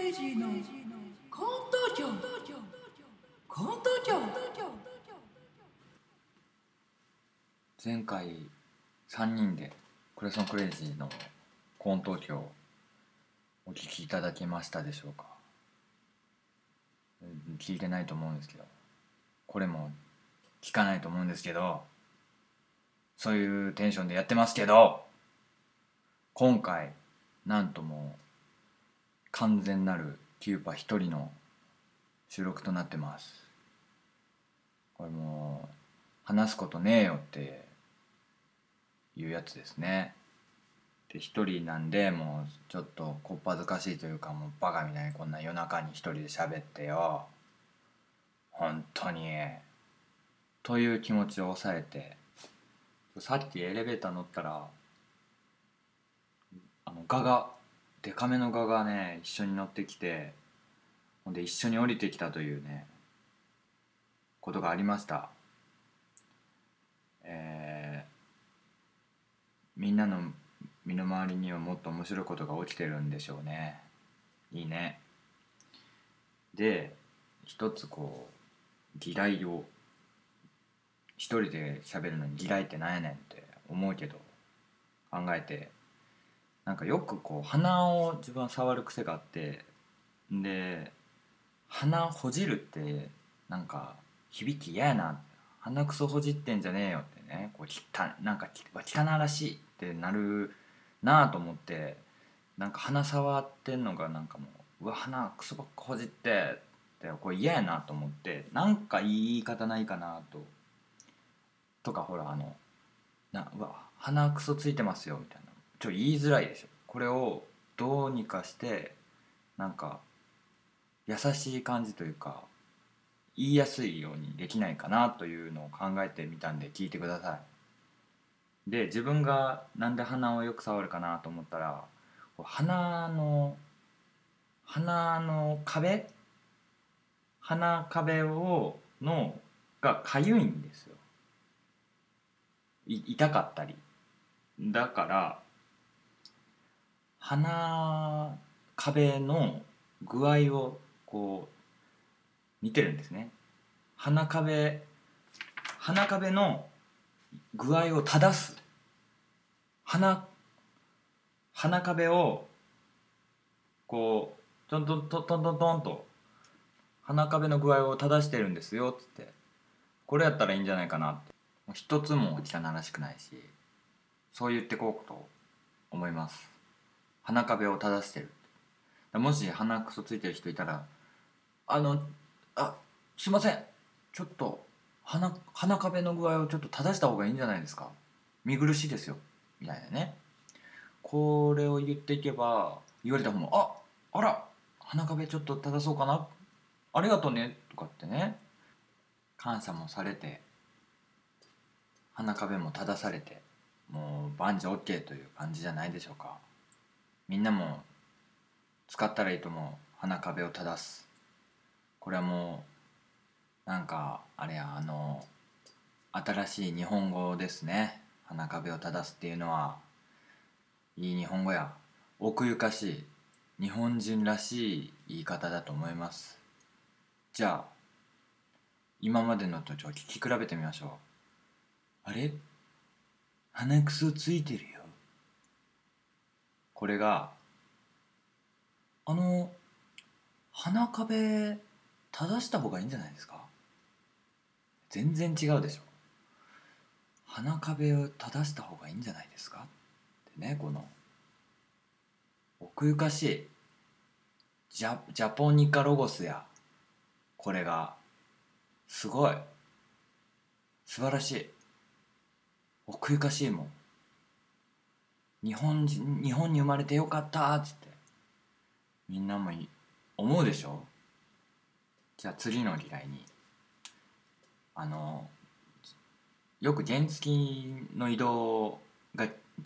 レイジーのコント教コント教。 前回3人でクレソンクレイジーのコント教をお聞きいただけましたでしょうか。聞いてないと思うんですけど、これも聞かないと思うんですけど、そういうテンションでやってますけど、今回なんともう完全なるキューパ一人の収録となってます。これもう話すことねえよっていうやつですね。で一人なんで、もうちょっとこっぱずかしいというか、もうバカみたいにこんな夜中に一人で喋ってよ本当にという気持ちを抑えて、さっきエレベーター乗ったらガがデカめのガがね一緒に乗ってきて、ほんで一緒に降りてきたというねことがありました。みんなの身の回りにはもっと面白いことが起きてるんでしょうね。いいね。で一つこう議題を、一人で喋るのに議題ってなんやねんって思うけど、考えて、なんかよくこう鼻を自分は触る癖があって、で鼻ほじるってなんか響き嫌やな、鼻くそほじってんじゃねえよってね、こうなんか汚らしいってなるなぁと思って、なんか鼻触ってんのがなんかもう、うわ鼻くそばっかほじってってこれ嫌やなと思って、なんか言い方ないかなとか、ほらうわ鼻くそついてますよみたいな、言いづらいでしょ。これをどうにかしてなんか優しい感じというか言いやすいようにできないかなというのを考えてみたんで聞いてください。で自分がなんで鼻をよく触るかなと思ったら、鼻の鼻壁がかゆいんですよ。痛かったり、だから鼻壁の具合をこう見てるんですね。鼻壁の具合を正す、鼻鼻壁をこうトントントントントントンと鼻壁の具合を正してるんですよっつって、これやったらいいんじゃないかなって。一つも汚らしくないし、そう言ってこうと思います。鼻壁を正してる。もし鼻くそついてる人いたら、あのあすいません、ちょっと鼻壁の具合をちょっと正した方がいいんじゃないですか、見苦しいですよみたいなね。これを言っていけば、言われた方もあら鼻壁ちょっと正そうかな、ありがとうねとかってね、感謝もされて鼻壁も正されて、もう万事 OK という感じじゃないでしょうか。みんなも使ったらいいと思う、鼻壁を正す。これはもうなんかあれや、新しい日本語ですね。鼻壁を正すっていうのはいい日本語や。奥ゆかしい日本人らしい言い方だと思います。じゃあ今までのと聞き比べてみましょう。あれ、鼻くそついてるよ。これがあの鼻壁正した方がいいんじゃないですか。全然違うでしょ。鼻壁を正した方がいいんじゃないですかってね、この奥ゆかしいジャポニカロゴスや。これがすごい素晴らしい、奥ゆかしいもん。日本に生まれてよかったっつってみんなも思うでしょ。じゃあ次の議題に、あのよく原付の移動が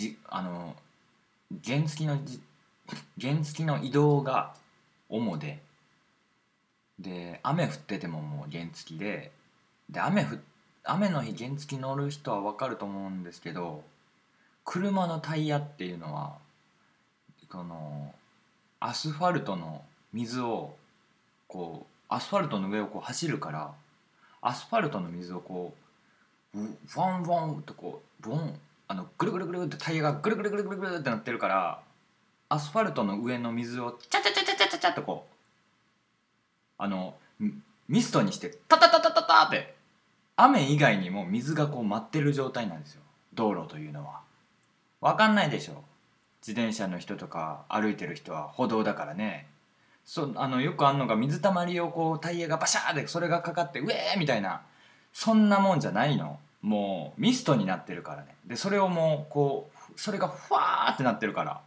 原付の移動が主で雨降っててももう原付で雨の日原付乗る人は分かると思うんですけど、車のタイヤっていうのはこのアスファルトの水をこうアスファルトの上をこう走るから、アスファルトの水をこうワンワンとこうボンぐるぐるぐるってタイヤがぐるぐるぐるぐるぐるってなってるから、アスファルトの上の水をチャチャチャチャチャチャチャってこうミストにしてタタタタタタって、雨以外にも水がこう舞ってる状態なんですよ、道路というのは。わかんないでしょ、自転車の人とか歩いてる人は歩道だからね。よくあんのが水たまりをこうタイヤがバシャーでそれがかかってウェーみたいな、そんなもんじゃないの。もうミストになってるからね。でそれをもうこうそれがフワーってなってるから、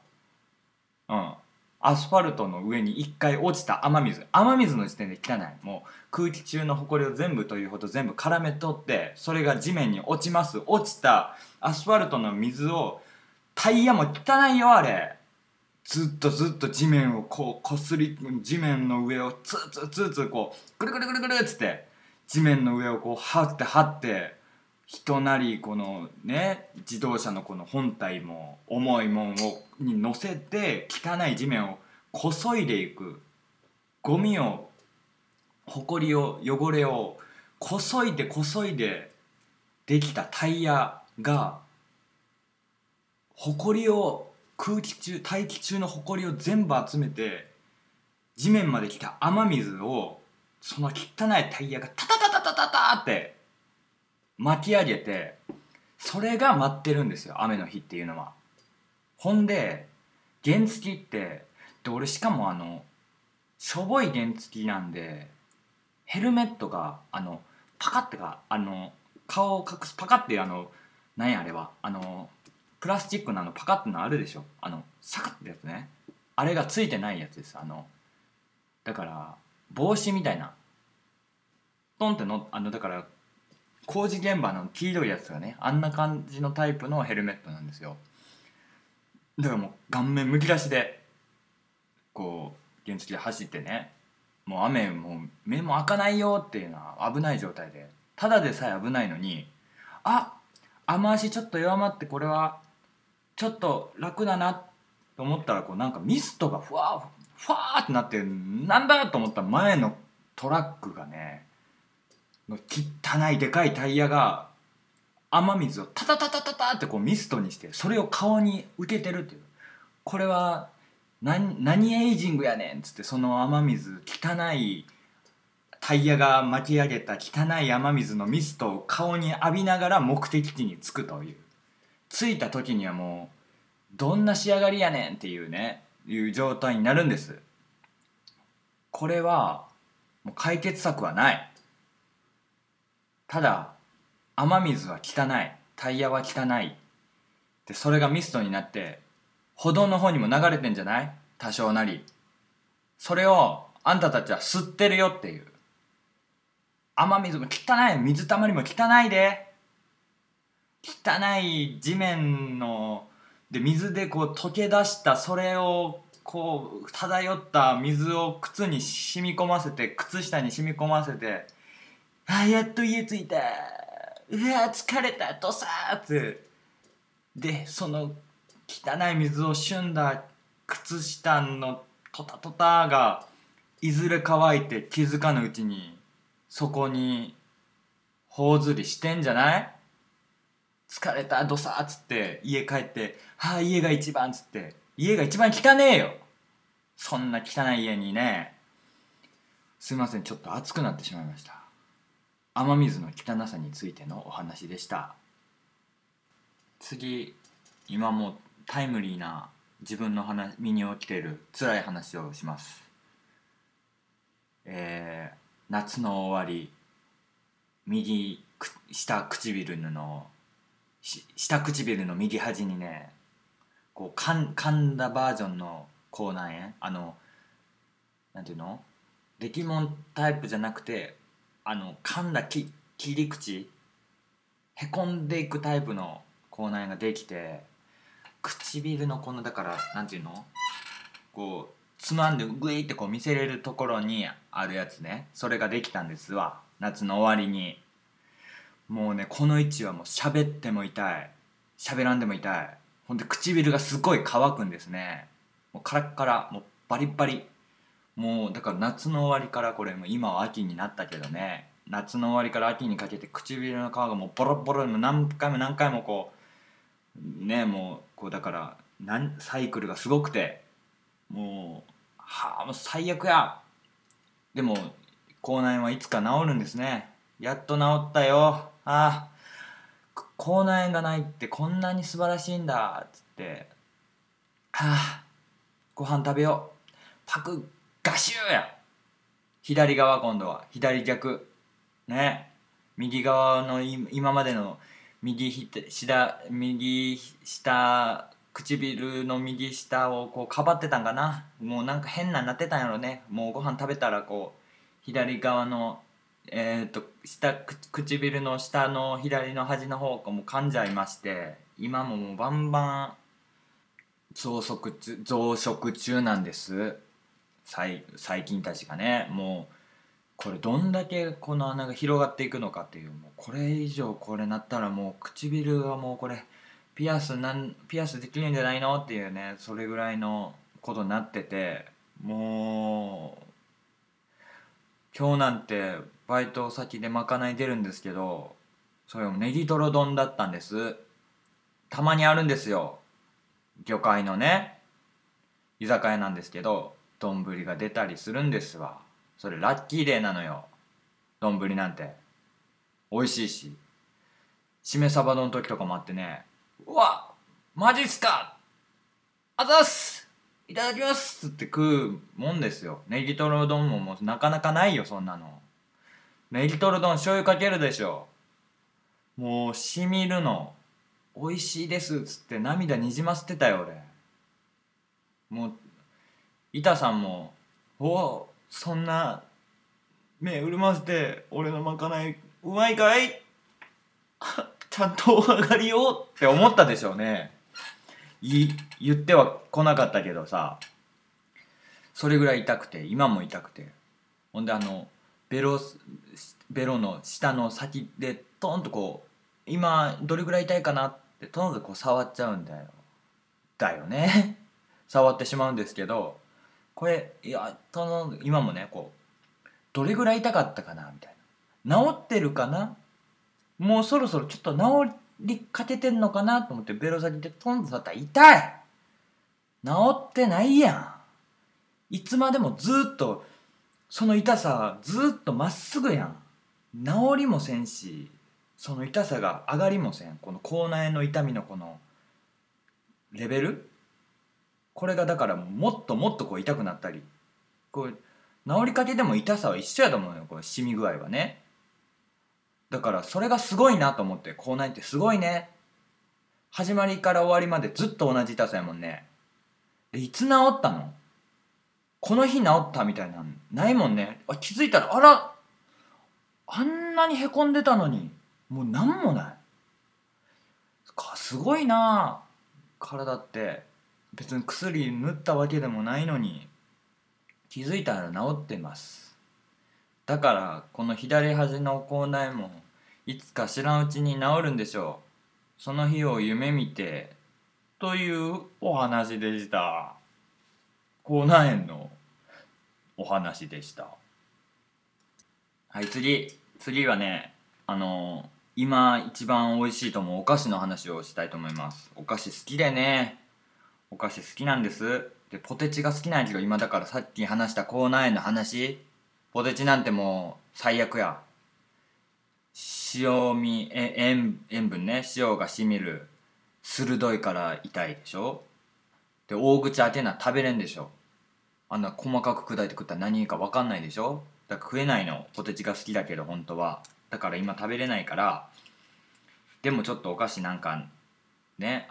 アスファルトの上に一回落ちた雨水の時点で汚い。もう空気中の埃を全部というほど全部絡め取って、それが地面に落ちます。落ちたアスファルトの水を、タイヤも汚いよあれ、ずっと地面をこうこすり、地面の上をツーツーツーツーこうぐるぐるぐるぐるっつって地面の上をこう張って人なりこのね自動車のこの本体も重いもんに乗せて汚い地面をこそいでいく。ゴミを埃を汚れをこそいでできたタイヤが埃を大気中の埃を全部集めて地面まで来た雨水をその汚いタイヤがタタタタタタタって巻き上げて、それが舞ってるんですよ、雨の日っていうのは。ほんで原付って俺しかもしょぼい原付なんで、ヘルメットがパカッて顔を隠すパカッて何やあれはプラスチックのパカッてのあるでしょ、サカッてやつね、あれがついてないやつです。だから帽子みたいなトンってのだから工事現場の黄色いやつがね、あんな感じのタイプのヘルメットなんですよ。だからもう顔面むき出しでこう原付で走ってね、もうもう目も開かないよっていうのは危ない状態で、ただでさえ危ないのに、雨足ちょっと弱まってこれはちょっと楽だなと思ったら、こうなんかミストがふわーってなって、なんだと思ったら前のトラックがねの汚いでかいタイヤが雨水をタタタタタタってこうミストにして、それを顔に受けてるっていう、これは何エイジングやねんっつって、その雨水汚いタイヤが巻き上げた汚い雨水のミストを顔に浴びながら目的地に着くという、着いた時にはもうどんな仕上がりやねんっていう状態になるんです。これはもう解決策はない。ただ雨水は汚い、タイヤは汚いで、それがミストになって歩道の方にも流れてんじゃない、多少なり。それをあんたたちは吸ってるよっていう。雨水も汚い、水たまりも汚いで、汚い地面ので水でこう溶け出した、それをこう漂った水を靴に染み込ませて、靴下に染み込ませて、やっと家着いた、うわ疲れた、ドサーってで、その汚い水をしゅんだ靴下のトタトタがいずれ乾いて、気づかぬうちにそこに頬ずりしてんじゃない。疲れたドサーっつって家帰って、家が一番っつって、家が一番汚ねえよ、そんな汚い家にね。すいません、ちょっと熱くなってしまいました。雨水の汚さについてのお話でした。次、今もタイムリーな自分の身に起きている辛い話をします。夏の終わり、下唇の右端にね、こう噛んだバージョンの口内炎、なんていうの、歴門タイプじゃなくて、噛んだ切り口へこんでいくタイプの口内炎ができて、唇のこのだからなんていうの、こうつまんでグイってこう見せれるところにあるやつね、それができたんですわ、夏の終わりに。もうね、この位置はもう喋っても痛い、喋らんでも痛い。ほんで唇がすごい乾くんですね。もうカラッカラ、もうバリッバリ、 もうだから夏の終わりからこれもう今は秋になったけどね、夏の終わりから秋にかけて唇の皮がもうボロボロの何回も何回もこうね、もうこうだからサイクルがすごくて、もうもう最悪や。でも口内炎はいつか治るんですね。やっと治ったよ。口内炎がないってこんなに素晴らしいんだっつって、ご飯食べよう。パクガシューや。左側、今度は左逆ね。右側の今までの右下唇の右下をこうかばってたんかな。もうなんか変ななってたんやろね。もうご飯食べたらこう左側の唇の下の左の端の方がもう噛んじゃいまして、今もうバンバン増殖中なんです。細菌たちがね。もうこれどんだけこの穴が広がっていくのかっていう、もうこれ以上これなったらもう唇がもうこれピアスできるんじゃないのっていうね、それぐらいのことになってて、もう今日なんてバイト先でまかない出るんですけど、それもネギトロ丼だったんです。たまにあるんですよ、魚介のね居酒屋なんですけど、丼が出たりするんですわ。それラッキーデーなのよ。丼なんて美味しいし、しめ鯖丼の時とかもあってね、うわマジっすか、あざっす、いただきますって食うもんですよ。ネギトロ丼もうなかなかないよ、そんなの。ネギトロ丼醤油かけるでしょ、もうしみるの。美味しいですっつって涙にじませてたよ俺。もう板さんもそんな目潤ませて俺のまかないうまいかいちゃんとお上がりよって思ったでしょうね。言っては来なかったけどさ、それぐらい痛くて、今も痛くて、ほんでベロの下の先でトンとこう、今どれぐらい痛いかなってトンとこう触っちゃうんだよね触ってしまうんですけど、これ今もねこうどれぐらい痛かったかなみたいな、治ってるかな、もうそろそろちょっと治りかけてんのかなと思ってベロ先でトンと触ったら痛い、治ってないやん。いつまでもずっとその痛さずっとまっすぐやん。治りもせんし、その痛さが上がりもせん。この口内炎の痛みのこのレベル、これがだからもっともっとこう痛くなったり、こう治りかけでも痛さは一緒やと思うよ、これ染み具合はね。だからそれがすごいなと思って、口内炎ってすごいね。始まりから終わりまでずっと同じ痛さやもんね。でいつ治ったの、この日治ったみたいなのないもんね。気づいたらあんなにへこんでたのにもうなんもない。すごいな体って。別に薬塗ったわけでもないのに気づいたら治ってます。だからこの左端の口内炎もいつか知らんうちに治るんでしょう。その日を夢見てというお話でした。口内炎のお話でした。はい、次はね、今一番美味しいと思うお菓子の話をしたいと思います。お菓子好きでね、お菓子好きなんです。でポテチが好きなんやけど、今だからさっき話した口内炎の話、ポテチなんてもう最悪や。塩分ね、塩がしみる、鋭いから痛いでしょ。で大口開けな食べれんでしょ。あんな細かく砕いて食ったら何か分かんないでしょ。だから食えないの。ポテチが好きだけど本当は。だから今食べれないから。でもちょっとお菓子なんかね、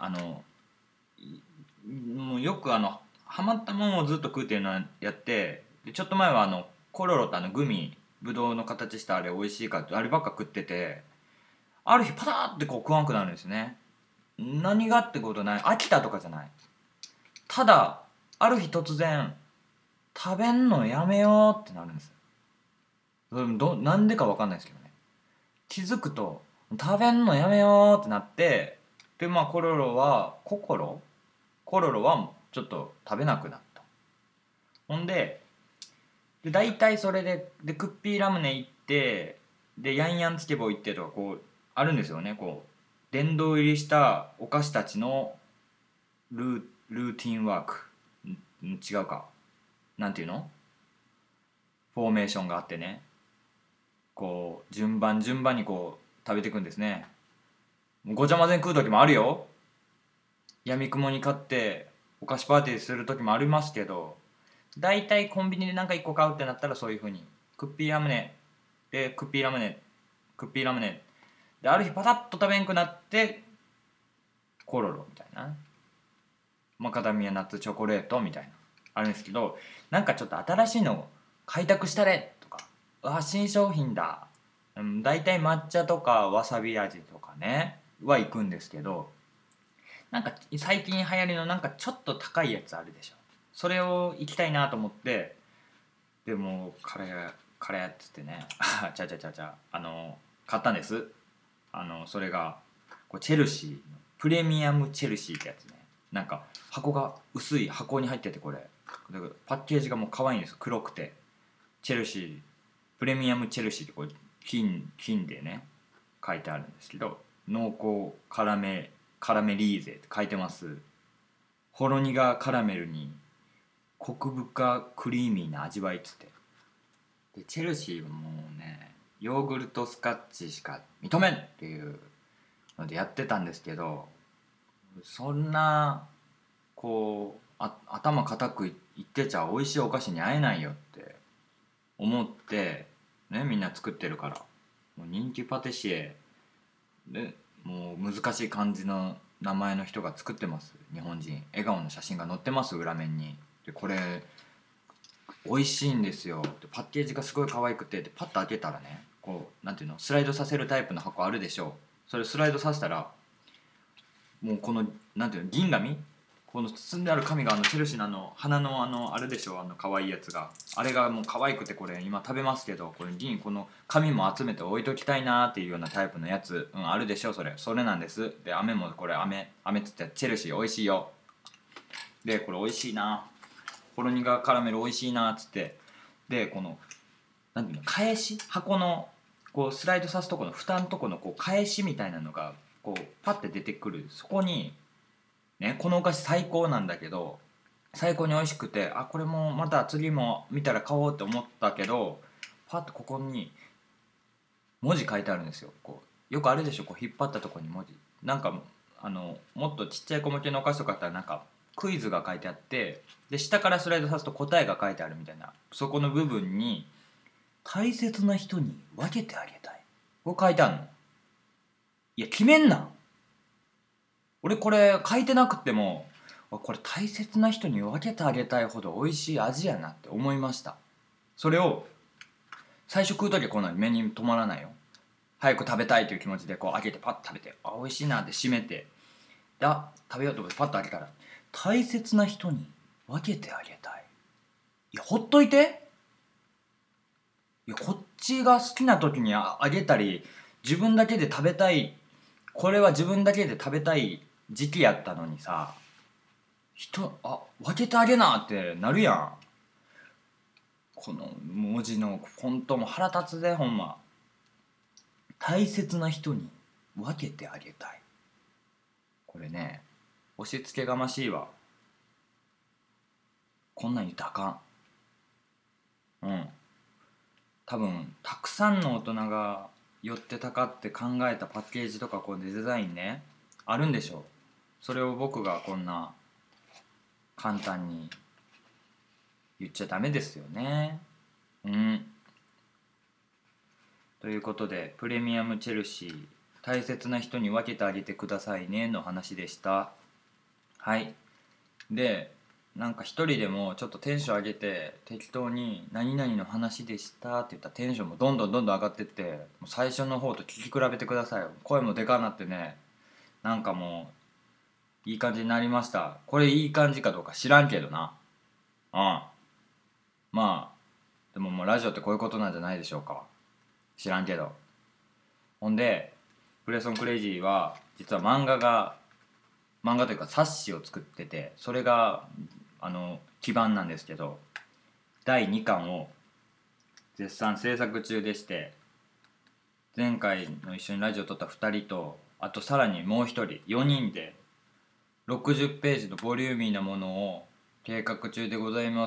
もうよくハマったもんをずっと食うっていうのはやって、でちょっと前はコロロとグミ、ぶどうの形したあれ美味しいかってあればっか食ってて、ある日パターってこう食わんくなるんですね。何がってことない、飽きたとかじゃない。ただある日突然食べんのやめようってなるんですよ。なんでか分かんないですけどね。気づくと食べんのやめようってなって、でコロロはちょっと食べなくなった。ほんでで大体それでクッピーラムネ行ってでヤンヤンつけ棒行ってとかこうあるんですよね。こう殿堂入りしたお菓子たちのルーティンワーク違うかなんていうのフォーメーションがあってね、こう順番にこう食べていくんですね。ごちゃ混ぜに食う時もあるよ。やみくもに買ってお菓子パーティーする時もありますけど、だいたいコンビニで何か1個買うってなったらそういう風にクッピーラムネでクッピーラムネである日パタッと食べんくなってコロロみたいな、マカダミアナッツチョコレートみたいなあるんですけど、なんかちょっと新しいのを開拓したれとか、新商品だ、だいたい抹茶とかわさび味とかねは行くんですけど、なんか最近流行りのなんかちょっと高いやつあるでしょ。それを行きたいなと思って、でもカレーっつってねちゃ買ったんです。それがこうチェルシーのプレミアムチェルシーってやつね。なんか箱が薄い箱に入ってて、これパッケージがもう可愛いんですよ。黒くてチェルシープレミアムチェルシーってこう金でね書いてあるんですけど、濃厚カラメリーゼって書いてます。ほろ苦カラメルにコク深クリーミーな味わいっつって、でチェルシーはもうねヨーグルトスカッチしか認めんっていうのでやってたんですけど、そんなこう頭固くいってちゃ美味しいお菓子に会えないよって思ってね、みんな作ってるから、もう人気パティシエでもう難しい漢字の名前の人が作ってます。日本人笑顔の写真が載ってます、裏面に。でこれ美味しいんですよ。でパッケージがすごい可愛くて、でパッと開けたらね、こうなんていうのスライドさせるタイプの箱あるでしょう。それスライドさせたらもうこのなんていうの銀紙、この包んである紙がチェルシーの花のあれでしょ、可愛いやつが、あれがもう可愛くて、これ今食べますけど、これこの紙も集めて置いときたいなっていうようなタイプのやつ、あるでしょ、それなんです。で飴もこれ飴っつってチェルシー美味しいよ、でこれ美味しいな、ほろ苦カラメル美味しいなっつって、でこのなんていうの返し箱のこうスライドさすとこの蓋のとこのこう返しみたいなのがこうパッて出てくる。そこにね、このお菓子最高なんだけど、最高に美味しくて、これもまた次も見たら買おうって思ったけど、パッとここに文字書いてあるんですよ。こうよくあるでしょ、こう引っ張ったところに文字、なんかもっとちっちゃい子向けのお菓子とかだったらなんかクイズが書いてあって、で下からスライドさすと答えが書いてあるみたいな、そこの部分に大切な人に分けてあげたい、こう書いてあるの。いや決めんな、俺これ書いてなくてもこれ大切な人に分けてあげたいほど美味しい味やなって思いました。それを最初食う時はこんなに目に留まらないよ。早く食べたいという気持ちでこう開けてパッと食べて、美味しいなって閉めて、で食べようと思ってパッと開けたら大切な人に分けてあげたい。いやほっといて、いやこっちが好きな時にあげたり、自分だけで食べたい、これは自分だけで食べたい時期やったのにさ、分けてあげなってなるやん。この文字のフォントも腹立つで、ほんま。大切な人に分けてあげたい、これね押し付けがましいわ。こんなん言ったらあかん。多分たくさんの大人が寄ってたかって考えたパッケージとかこうデザインねあるんでしょう。それを僕がこんな簡単に言っちゃダメですよね。ということでプレミアムチェルシー大切な人に分けてあげてくださいねの話でした。はい。でなんか一人でもちょっとテンション上げて適当に何々の話でしたって言ったらテンションもどんどん上がってって、もう最初の方と聞き比べてください。声もでかなってね、なんかもういい感じになりました。これいい感じかどうか知らんけどな。まあでももうラジオってこういうことなんじゃないでしょうか。知らんけど。ほんでプレソンクレイジーは実は漫画というか冊子を作ってて、それが基盤なんですけど、第2巻を絶賛制作中でして、前回の一緒にラジオ撮った2人と、あとさらにもう1人4人で60ページのボリューミーなものを計画中でございます。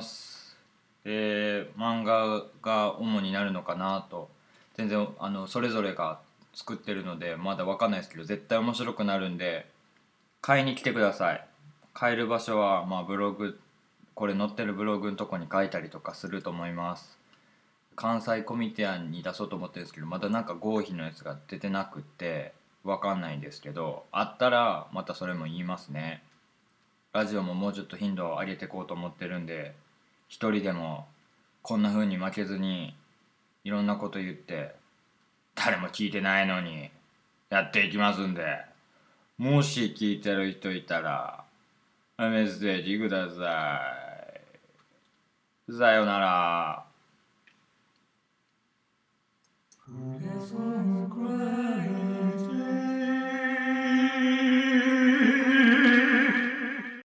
漫画が主になるのかなと、全然それぞれが作ってるのでまだ分かんないですけど、絶対面白くなるんで買いに来てください。買える場所はブログ、これ載ってるブログのとこに書いたりとかすると思います。関西コミティアンに出そうと思ってるんですけど、まだなんか合否のやつが出てなくって分かんないんですけど、あったらまたそれも言いますね。ラジオももうちょっと頻度を上げていこうと思ってるんで、一人でもこんな風に負けずにいろんなこと言って誰も聞いてないのにやっていきますんで、もし聞いてる人いたらメッセージください。さよなら。 Who gets on crazy?